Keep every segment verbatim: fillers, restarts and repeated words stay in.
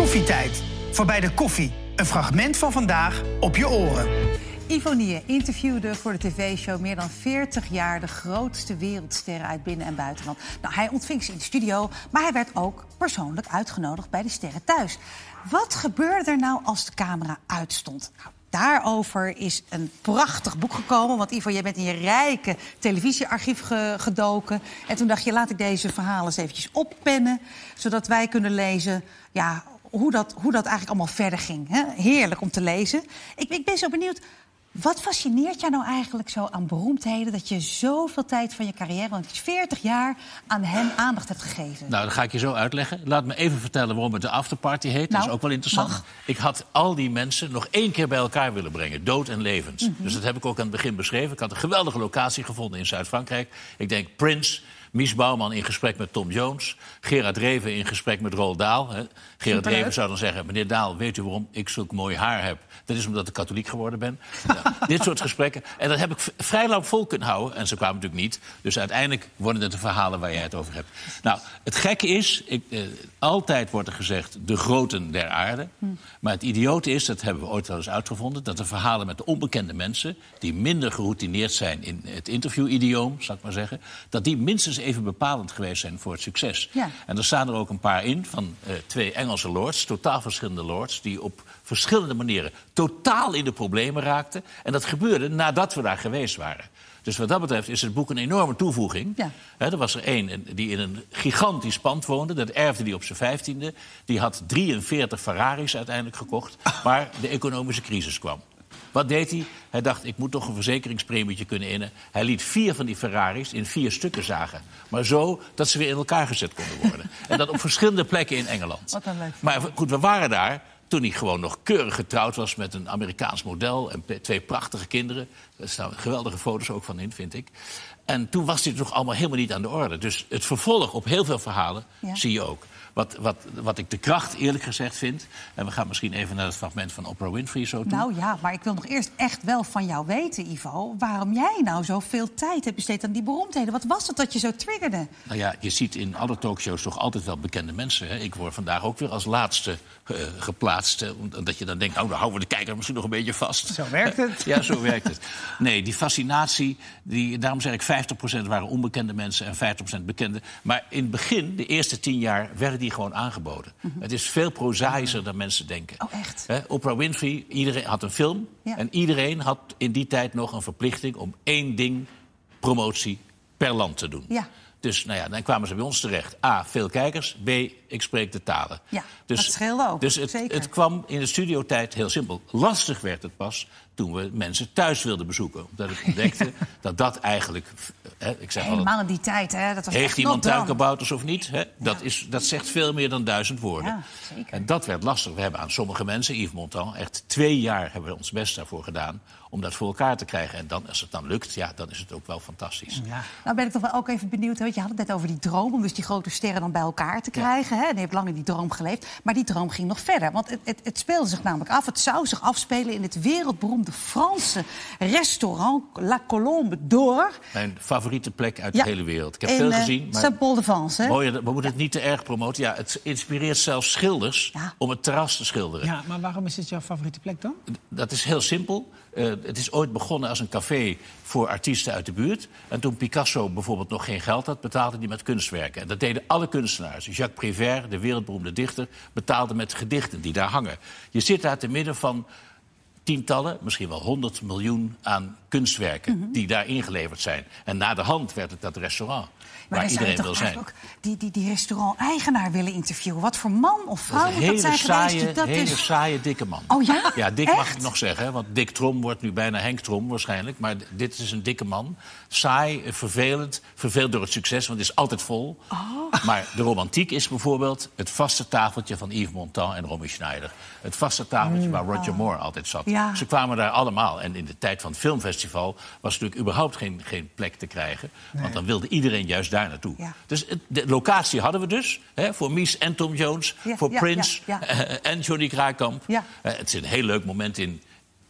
Koffietijd. Voorbij de koffie. Een fragment van vandaag op je oren. Ivo Niehe interviewde voor de tv-show meer dan veertig jaar de grootste wereldsterren uit binnen- en buitenland. Nou, hij ontving ze in de studio, maar hij werd ook persoonlijk uitgenodigd bij de sterren thuis. Wat gebeurde er nou als de camera uitstond? Nou, daarover is een prachtig boek gekomen. Want Ivo, jij bent in je rijke televisiearchief ge- gedoken. En toen dacht je, laat ik deze verhalen eens eventjes oppennen, zodat wij kunnen lezen, ja, hoe dat, hoe dat eigenlijk allemaal verder ging. Hè? Heerlijk om te lezen. Ik, ik ben zo benieuwd, wat fascineert jou nou eigenlijk zo aan beroemdheden, dat je zoveel tijd van je carrière, want het is veertig jaar, aan hen aandacht hebt gegeven? Nou, dat ga ik je zo uitleggen. Laat me even vertellen waarom het de afterparty heet. Nou, dat is ook wel interessant. mag. Ik had al die mensen nog één keer bij elkaar willen brengen. Dood en levend. Mm-hmm. Dus dat heb ik ook aan het begin beschreven. Ik had een geweldige locatie gevonden in Zuid-Frankrijk. Ik denk Prince, Mies Bouwman in gesprek met Tom Jones, Gerard Reven in gesprek met Roald Dahl. Hè. Gerard Reven zou dan zeggen, meneer Dahl, weet u waarom ik zulk mooi haar heb? Dat is omdat ik katholiek geworden ben. Ja, dit soort gesprekken. En dat heb ik v- vrij lang vol kunnen houden. En ze kwamen natuurlijk niet. Dus uiteindelijk worden het de verhalen waar jij het over hebt. Nou, het gekke is, ik, eh, altijd wordt er gezegd de groten der aarde. Hm. Maar het idiote is, dat hebben we ooit wel eens uitgevonden, dat de verhalen met de onbekende mensen, die minder geroutineerd zijn in het interview-idioom, zal ik maar zeggen, dat die minstens even bepalend geweest zijn voor het succes. Ja. En er staan er ook een paar in van uh, twee Engelse lords, totaal verschillende lords, die op verschillende manieren totaal in de problemen raakten. En dat gebeurde nadat we daar geweest waren. Dus wat dat betreft is het boek een enorme toevoeging. Ja. He, er was er één die in een gigantisch pand woonde. Dat erfde hij op zijn vijftiende. Die had drieënveertig Ferraris uiteindelijk gekocht. Maar de economische crisis kwam. Wat deed hij? Hij dacht, ik moet toch een verzekeringspremietje kunnen innen. Hij liet vier van die Ferraris in vier stukken zagen. Maar zo dat ze weer in elkaar gezet konden worden. En dat op verschillende plekken in Engeland. Wat een leuk. Maar goed, we waren daar toen hij gewoon nog keurig getrouwd was met een Amerikaans model en pe- twee prachtige kinderen. Daar staan geweldige foto's ook van in, vind ik. En toen was dit nog allemaal helemaal niet aan de orde. Dus het vervolg op heel veel verhalen Ja. zie je ook. Wat, wat, wat ik de kracht eerlijk gezegd vind, en we gaan misschien even naar het fragment van Oprah Winfrey zo toe. Nou ja, maar ik wil nog eerst echt wel van jou weten, Ivo, waarom jij nou zoveel tijd hebt besteed aan die beroemdheden. Wat was het dat je zo triggerde? Nou ja, je ziet in alle talkshows toch altijd wel bekende mensen. Hè? Ik word vandaag ook weer als laatste uh, geplaatst. Uh, omdat je dan denkt, nou, dan houden we de kijker misschien nog een beetje vast. Zo werkt het. Ja, zo werkt het. Nee, die fascinatie, die, daarom zeg ik vijftig procent waren onbekende mensen en vijftig procent bekende. Maar in het begin, de eerste tien jaar, werden die gewoon aangeboden. Mm-hmm. Het is veel prozaïscher dan mensen denken. Oh, echt? He, Oprah Winfrey, iedereen had een film. Ja. En iedereen had in die tijd nog een verplichting om één ding, promotie, per land te doen. Ja. Dus nou ja, dan kwamen ze bij ons terecht. A, veel kijkers. B, ik spreek de talen. Ja, dus, dat scheelde ook. Dus het, Zeker. het kwam in de studiotijd heel simpel. Lastig werd het pas toen we mensen thuis wilden bezoeken. Omdat ik ontdekte dat dat eigenlijk... Hè, ik zeg Helemaal al, in die tijd, hè? Dat was heeft echt iemand not done. tuinkabouters of niet? Hè? Dat, is, dat zegt veel meer dan duizend woorden. Ja, zeker. En dat werd lastig. We hebben aan sommige mensen, Yves Montand, echt twee jaar hebben we ons best daarvoor gedaan om dat voor elkaar te krijgen. En dan, als het dan lukt, ja, dan is het ook wel fantastisch. Ja. Nou ben ik toch wel ook even benieuwd. Weet je, je had het net over die droom, om dus die grote sterren dan bij elkaar te krijgen. Ja. Hè? En je hebt lang in die droom geleefd. Maar die droom ging nog verder. Want het, het, het speelde zich namelijk af. Het zou zich afspelen in het wereldberoemde Franse restaurant La Colombe d'Or. Mijn favoriete plek uit Ja. de hele wereld. Ik heb in, veel uh, gezien. Maar Saint-Paul-de-Vence, hè? mooier, we moeten het niet te erg promoten. Ja, het inspireert zelfs schilders Ja. om het terras te schilderen. Ja, maar waarom is dit jouw favoriete plek dan? Dat is heel simpel. Uh, het is ooit begonnen als een café voor artiesten uit de buurt. En toen Picasso bijvoorbeeld nog geen geld had, betaalde hij met kunstwerken. En dat deden alle kunstenaars. Jacques Prévert, de wereldberoemde dichter, betaalde met gedichten die daar hangen. Je zit daar te midden van tientallen, misschien wel honderd miljoen aan kunstwerken mm-hmm. die daar ingeleverd zijn. En na de hand werd het dat restaurant Maar waar dan zou je iedereen toch wil zijn. eigenlijk ook die, die, die restaurant-eigenaar willen interviewen. Wat voor man of vrouw Dat is moet een dat hele zijn geweest? saaie, die dat hele dus... saaie, dikke man. Oh ja? Ja, dik Echt? mag ik nog zeggen, hè, want Dick Trom wordt nu bijna Henk Trom waarschijnlijk. Maar d- dit is een dikke man. Saai, eh, vervelend. Verveeld door het succes, want het is altijd vol. Oh. Maar de romantiek is bijvoorbeeld het vaste tafeltje van Yves Montand en Romy Schneider. Het vaste tafeltje waar Roger Moore altijd zat. Ja. Ze kwamen daar allemaal. En in de tijd van het filmfestival was natuurlijk überhaupt geen, geen plek te krijgen. Nee. Want dan wilde iedereen juist daar naartoe. Ja. Dus het, de locatie hadden we dus. Hè, voor Mies en Tom Jones. Ja, voor ja, Prince ja, ja. uh, en Johnny Kraaikamp. Ja. Uh, het is een heel leuk moment in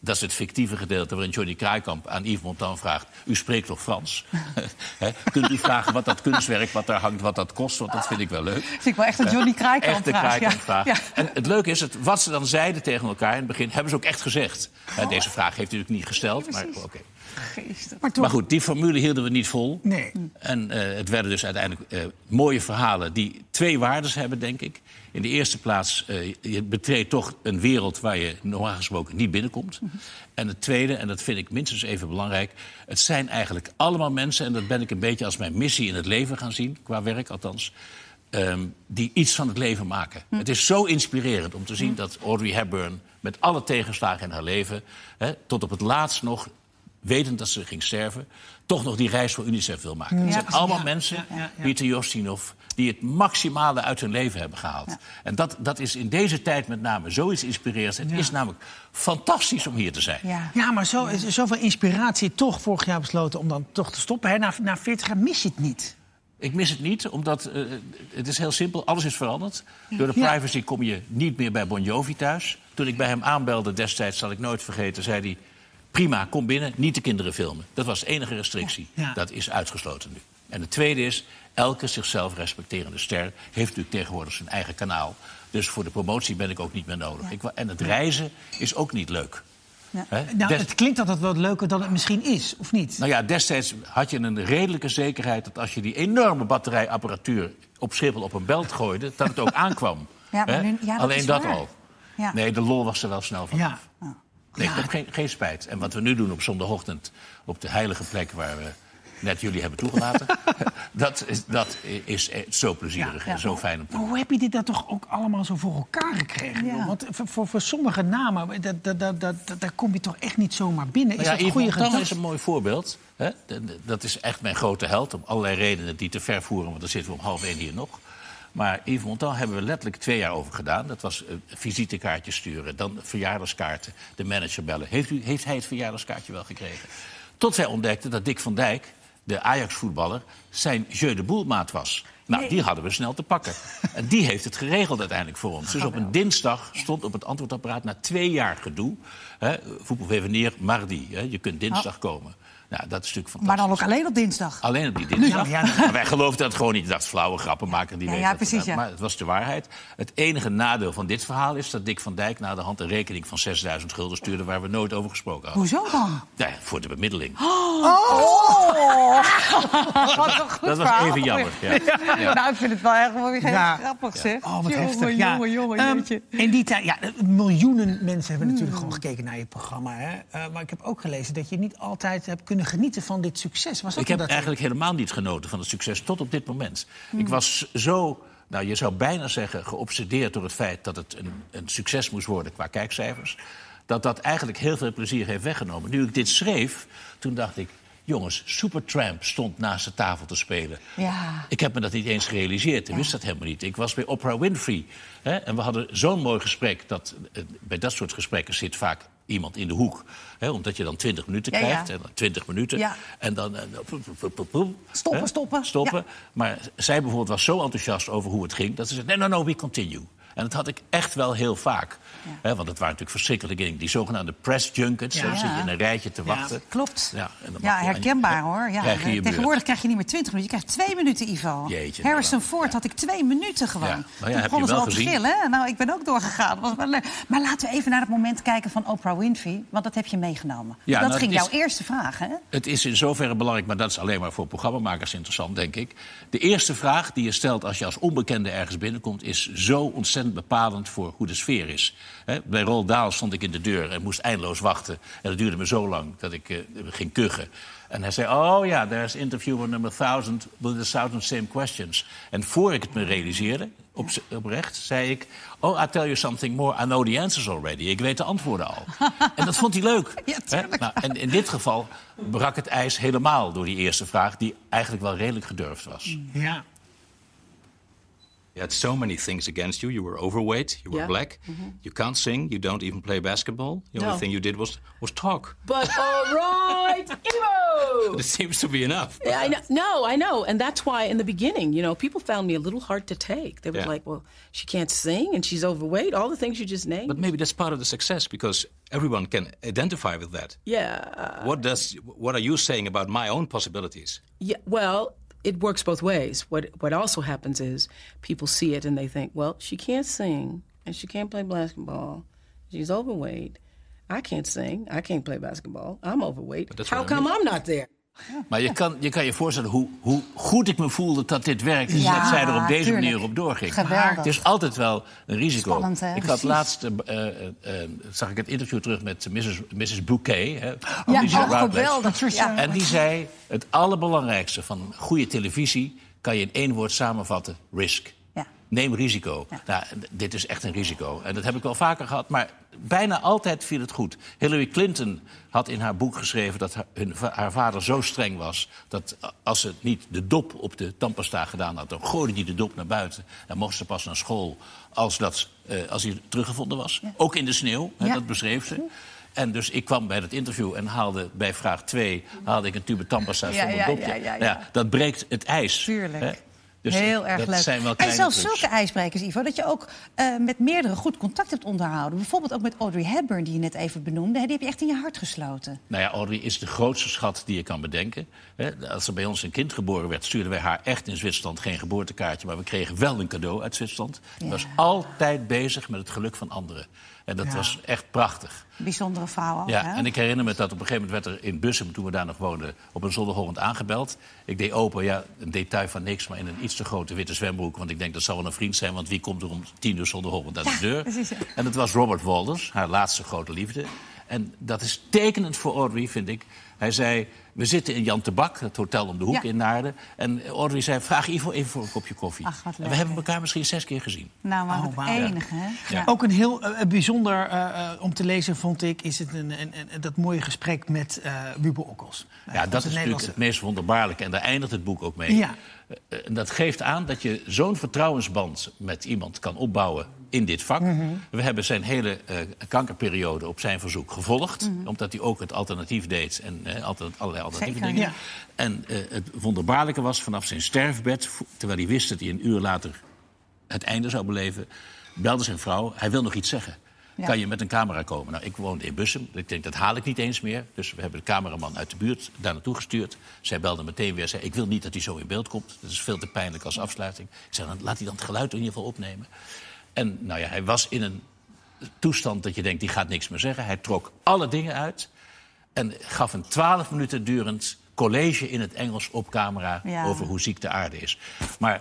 Dat is het fictieve gedeelte waarin Johnny Kraaikamp aan Yves Montand vraagt... u spreekt toch Frans? He, kunt u vragen wat dat kunstwerk, wat daar hangt, wat dat kost? Want dat vind ik wel leuk. Dat vind ik wel echt een Johnny Kraaikamp Echt de Kraaikamp vraag. Ja. Ja. En het leuke is, het, wat ze dan zeiden tegen elkaar in het begin... hebben ze ook echt gezegd. Oh. Deze vraag heeft u natuurlijk niet gesteld, maar oké. Okay. Maar, maar goed, die formule hielden we niet vol. Nee. En uh, het werden dus uiteindelijk uh, mooie verhalen die twee waardes hebben, denk ik. In de eerste plaats, uh, je betreedt toch een wereld waar je normaal gesproken niet binnenkomt. Mm-hmm. En het tweede, en dat vind ik minstens even belangrijk... het zijn eigenlijk allemaal mensen, en dat ben ik een beetje als mijn missie in het leven gaan zien... qua werk althans, um, die iets van het leven maken. Mm. Het is zo inspirerend om te zien mm. dat Audrey Hepburn... met alle tegenslagen in haar leven, hè, tot op het laatst nog... wetend dat ze ging sterven, toch nog die reis voor UNICEF wil maken. Ja, het zijn allemaal ja, mensen, ja, ja, ja. Pieter Ustinov... die het maximale uit hun leven hebben gehaald. Ja. En dat, dat is in deze tijd met name zoiets inspirerends. Het ja. is namelijk fantastisch om hier te zijn. Ja, ja maar zo, ja. zoveel inspiratie toch vorig jaar besloten om dan toch te stoppen. Hè? Na, na veertig jaar mis je het niet. Ik mis het niet, omdat uh, het is heel simpel. Alles is veranderd. Door de privacy kom je niet meer bij Bon Jovi thuis. Toen ik bij hem aanbelde destijds, zal ik nooit vergeten, zei hij... prima, kom binnen, niet de kinderen filmen. Dat was de enige restrictie. Ja. Dat is uitgesloten nu. En het tweede is, elke zichzelf respecterende ster... heeft natuurlijk tegenwoordig zijn eigen kanaal. Dus voor de promotie ben ik ook niet meer nodig. Ja. Ik, en het reizen is ook niet leuk. Ja. Nou, Des... Het klinkt altijd wat leuker dan het misschien is, of niet? Nou ja, destijds had je een redelijke zekerheid... dat als je die enorme batterijapparatuur op Schiphol op een belt gooide... dat het ook aankwam. Ja, maar nu, ja, dat Alleen dat waar. al. Ja. Nee, de lol was er wel snel van. Ja. Nee, ik heb geen, geen spijt. En wat we nu doen op zondagochtend... op de heilige plek waar we net jullie hebben toegelaten... dat, is, dat is zo plezierig ja, ja. en zo fijn om te doen. Hoe heb je dit dan toch ook allemaal zo voor elkaar gekregen? Ja. Want voor, voor, voor sommige namen, dat, dat, dat, dat, daar kom je toch echt niet zomaar binnen. Is ja, dat goede gedachte? Dat is een mooi voorbeeld. Hè? Dat is echt mijn grote held, om allerlei redenen die te ver voeren... want dan zitten we om half één hier nog... Maar Yves Montand hebben we letterlijk twee jaar over gedaan. Dat was uh, visitekaartjes sturen, dan verjaardagskaarten, de manager bellen. Heeft, u, heeft hij het verjaardagskaartje wel gekregen? Tot zij ontdekte dat Dick van Dijk, de Ajax-voetballer, zijn jeu de boelmaat was. Nou, nee. die hadden we snel te pakken. En die heeft het geregeld uiteindelijk voor ons. Dus op een dinsdag stond op het antwoordapparaat na twee jaar gedoe... Voetbalveveneer, mardi, hè, je kunt dinsdag komen. Nou, dat is natuurlijk fantastisch. Maar dan ook alleen op dinsdag? Alleen op die dinsdag. Ja, ja. Maar wij geloofden dat gewoon niet. Dat flauwe grappen maken. Die ja, weten ja, precies, dat. Ja. Maar het was de waarheid. Het enige nadeel van dit verhaal is dat Dick van Dijk... na de hand een rekening van zesduizend gulden stuurde... waar we nooit over gesproken hadden. Hoezo dan? Ja, voor de bemiddeling. Oh! oh. Wat dat was even jammer. Ja. Ja. Ja. Nou, ik vind het wel erg mooi. Ja. Grappig, zeg. Oh, wat jongen, heftig. Jongen, jongen, ja. um, in die tijd, ja, miljoenen mensen hebben natuurlijk mm. gewoon gekeken naar je programma. Hè? Uh, maar ik heb ook gelezen dat je niet altijd hebt kunnen genieten van dit succes. Was ik heb dat eigenlijk zo? helemaal niet genoten van het succes tot op dit moment. Hmm. Ik was zo, nou je zou bijna zeggen, geobsedeerd door het feit dat het een, een succes moest worden qua kijkcijfers. Dat dat eigenlijk heel veel plezier heeft weggenomen. Nu ik dit schreef, toen dacht ik, jongens, Supertramp stond naast de tafel te spelen. Ja. Ik heb me dat niet eens gerealiseerd. Ik ja. wist dat helemaal niet. Ik was bij Oprah Winfrey. Hè, en we hadden zo'n mooi gesprek. Dat, uh, bij dat soort gesprekken zit vaak iemand in de hoek. Hè, omdat je dan twintig minuten ja, krijgt. Ja. En dan twintig minuten. Ja. En dan... Uh, stoppen, hè, stoppen. Stoppen. Ja. Maar zij bijvoorbeeld was zo enthousiast over hoe het ging... dat ze zei, no, no, no, we continue. En dat had ik echt wel heel vaak. Ja. He, want het waren natuurlijk verschrikkelijke dingen. Die zogenaande press junkets. Ja. Dan zit je in een rijtje te wachten. Ja, klopt. Ja, en dan ja herkenbaar hoor. Ja. Krijg je Tegenwoordig krijg je niet meer twintig minuten. Je krijgt twee minuten, Ivo. Jeetje, Harrison nou, Ford ja. had ik twee minuten gewoon. Ja. Nou ja, heb je wel gezien. Gillen. Nou, ik ben ook doorgegaan. Was wel leuk. Maar laten we even naar het moment kijken van Oprah Winfrey. Want dat heb je meegenomen. Ja, dat nou, ging jouw is, eerste vraag, hè? Het is in zoverre belangrijk, maar dat is alleen maar voor programmamakers interessant, denk ik. De eerste vraag die je stelt als je als onbekende ergens binnenkomt... is zo ontzettend bepalend voor hoe de sfeer is. He, bij Roald Dahl stond ik in de deur en moest eindeloos wachten. En dat duurde me zo lang dat ik uh, ging kuchen. En hij zei, oh ja, there's interviewer number thousand with the thousand same questions. En voor ik het me realiseerde, op, oprecht, zei ik... oh, I'll tell you something more, I know the answers already. Ik weet de antwoorden al. En dat vond hij leuk. Ja, nou, en in dit geval brak het ijs helemaal door die eerste vraag... die eigenlijk wel redelijk gedurfd was. Ja. You had so many things against you. You were overweight, you were Yeah. black, mm-hmm. you can't sing, you don't even play basketball. The No. only thing you did was, was talk. But all right, Ivo! But it seems to be enough. Yeah, I know. No, I know. And that's why in the beginning, you know, people found me a little hard to take. They were Yeah. like, well, she can't sing and she's overweight, all the things you just named. But maybe that's part of the success, because everyone can identify with that. yeah. Uh, What does what are you saying about my own possibilities? yeah. Well, it works both ways. What what also happens is people see it and they think, well, she can't sing and she can't play basketball. She's overweight. I can't sing. I can't play basketball. I'm overweight. that's How what I come mean. I'm not there? Maar je kan, je kan je voorstellen hoe, hoe goed ik me voelde dat dit werkte. Ja, dat zij er op deze tuurlijk. manier op doorging. Geweldig. Het is altijd wel een risico. Spannend, hè? Ik had Precies. laatst, uh, uh, uh, zag ik het interview terug met missus missus Bouquet. Hè, Ja, Alicia oh, Routledge. geweldig. Ja. En die zei, het allerbelangrijkste van goede televisie kan je in één woord samenvatten: risk. Ja. Neem risico. Ja. Nou, dit is echt een risico. En dat heb ik wel vaker gehad, maar bijna altijd viel het goed. Hillary Clinton had in haar boek geschreven dat haar, hun, haar vader zo streng was dat als ze niet de dop op de tandpasta gedaan had, dan gooide hij de dop naar buiten. Dan mocht ze pas naar school als, dat, uh, als hij teruggevonden was. Ja. Ook in de sneeuw, hè, Ja. dat beschreef ze. En dus ik kwam bij dat interview en haalde bij vraag twee haalde ik een tube tandpasta Ja, zonder ja, dopje. ja, ja, ja. Ja, dat breekt het ijs. Tuurlijk. Hè? Dus Heel erg dat leuk. zijn wel En kleine zelfs trucs. zulke ijsbrekers, Ivo, dat je ook uh, met meerdere goed contact hebt onderhouden. Bijvoorbeeld ook met Audrey Hepburn, die je net even benoemde. Die heb je echt in je hart gesloten. Nou ja, Audrey is de grootste schat die je kan bedenken. Als er bij ons een kind geboren werd, stuurden wij haar echt in Zwitserland geen geboortekaartje. Maar we kregen wel een cadeau uit Zwitserland. Ze Ja. was altijd bezig met het geluk van anderen. En dat Ja. was echt prachtig. Bijzondere vrouw ook, Ja, hè? en ik herinner me dat op een gegeven moment werd er in Bussum, toen we daar nog woonden, op een zondagochtend aangebeld. Ik deed open, ja, een detail van niks, maar in een iets te grote witte zwembroek. Want ik denk, dat zal wel een vriend zijn, want wie komt er om tien uur zondagochtend aan de deur? precies, ja. En dat was Robert Walters, haar laatste grote liefde. En dat is tekenend voor Audrey, vind ik. Hij zei, we zitten in Jan Tebak, het hotel om de hoek Ja. in Naarden. En Audrey zei, vraag Ivo even voor een kopje koffie. Ach, wat en leuk, we hebben hè? elkaar misschien zes keer gezien. Nou, maar Oh, het wauw. enige, hè? Ja. Ook een heel uh, bijzonder uh, uh, om te lezen, vond ik, is het een, een, een, dat mooie gesprek met uh, Wiebe Okkels. Ja, dat is natuurlijk Nederlandse... het meest wonderbaarlijke. En daar eindigt het boek ook mee. Ja. Uh, en dat geeft aan dat je zo'n vertrouwensband met iemand kan opbouwen in dit vak. Mm-hmm. We hebben zijn hele uh, kankerperiode op zijn verzoek gevolgd. Mm-hmm. Omdat hij ook het alternatief deed. En uh, altijd allerlei alternatieve Zeker, dingen. ja. En uh, het wonderbaarlijke was vanaf zijn sterfbed, terwijl hij wist dat hij een uur later het einde zou beleven, belde zijn vrouw, hij wil nog iets zeggen. Ja. Kan je met een camera komen? Nou, ik woonde in Bussum. Ik denk, dat haal ik niet eens meer. Dus we hebben de cameraman uit de buurt daar naartoe gestuurd. Zij belde meteen weer. Zei, ik wil niet dat hij zo in beeld komt. Dat is veel te pijnlijk als afsluiting. Ik zei, dan laat hij dan het geluid in ieder geval opnemen. En nou ja, hij was in een toestand dat je denkt, die gaat niks meer zeggen. Hij trok alle dingen uit. En gaf een twaalf minuten durend college in het Engels op camera Ja. over hoe ziek de aarde is. Maar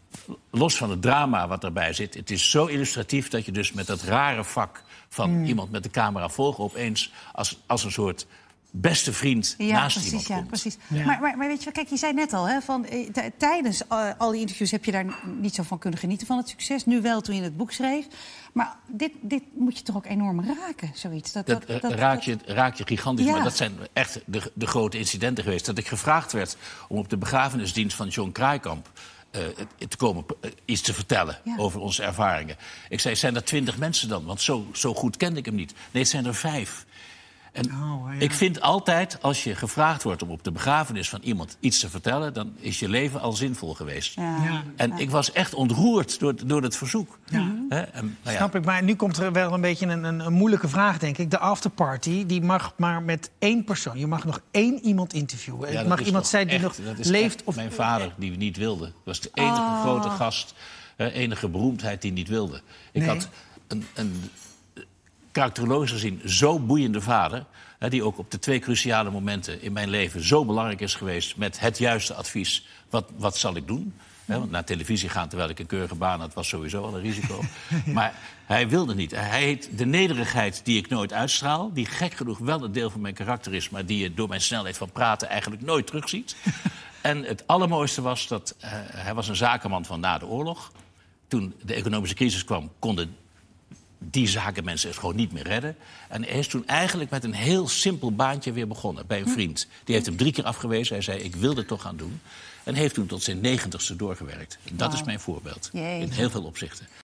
los van het drama wat erbij zit, het is zo illustratief dat je dus met dat rare vak van Mm. iemand met de camera volgen opeens als, als een soort beste vriend Ja, naast precies, iemand ja, komt. precies. Ja. Maar, maar, maar weet je, kijk, je zei net al, hè, van, eh, t- tijdens uh, al die interviews heb je daar n- niet zo van kunnen genieten van het succes. Nu wel, toen je het boek schreef. Maar dit, dit moet je toch ook enorm raken, zoiets? Dat, Dat, dat, eh, dat- raakt, je, raakt je gigantisch, Ja. maar dat zijn echt de, de grote incidenten geweest. Dat ik gevraagd werd om op de begrafenisdienst van John Kraaikamp uh, te komen uh, iets te vertellen Ja. over onze ervaringen. Ik zei, zijn er twintig mensen dan? Want zo, zo goed kende ik hem niet. Nee, het zijn er vijf. En Oh, ja. ik vind altijd, als je gevraagd wordt om op de begrafenis van iemand iets te vertellen, dan is je leven al zinvol geweest. Ja. Ja. En ik was echt ontroerd door, door het verzoek. Ja. Hè? En, nou ja, Snap ik, maar nu komt er wel een beetje een, een, een moeilijke vraag, denk ik. De afterparty, die mag maar met één persoon. Je mag nog één iemand interviewen. Ja, Het dat mag is iemand toch zijn die echt- nog dat is leeft. echt Of mijn vader die niet wilde. Dat was de enige grote gast, eh, enige beroemdheid die niet wilde. Ik Nee. had een, een karakterologisch gezien zo boeiende vader, hè, die ook op de twee cruciale momenten in mijn leven zo belangrijk is geweest met het juiste advies. Wat, wat zal ik doen? Hè, want naar televisie gaan terwijl ik een keurige baan had, was sowieso al een risico. Maar hij wilde niet. Hij heet de nederigheid die ik nooit uitstraal, die gek genoeg wel een deel van mijn karakter is, maar die je door mijn snelheid van praten eigenlijk nooit terugziet. En het allermooiste was dat uh, hij was een zakenman van na de oorlog. Toen de economische crisis kwam, konden die zakenmensen het gewoon niet meer redden. En hij is toen eigenlijk met een heel simpel baantje weer begonnen bij een vriend. Die heeft hem drie keer afgewezen. Hij zei, ik wil dit toch gaan doen. En heeft toen tot zijn negentigste doorgewerkt. Dat wow. is mijn voorbeeld. Jeetje. In heel veel opzichten.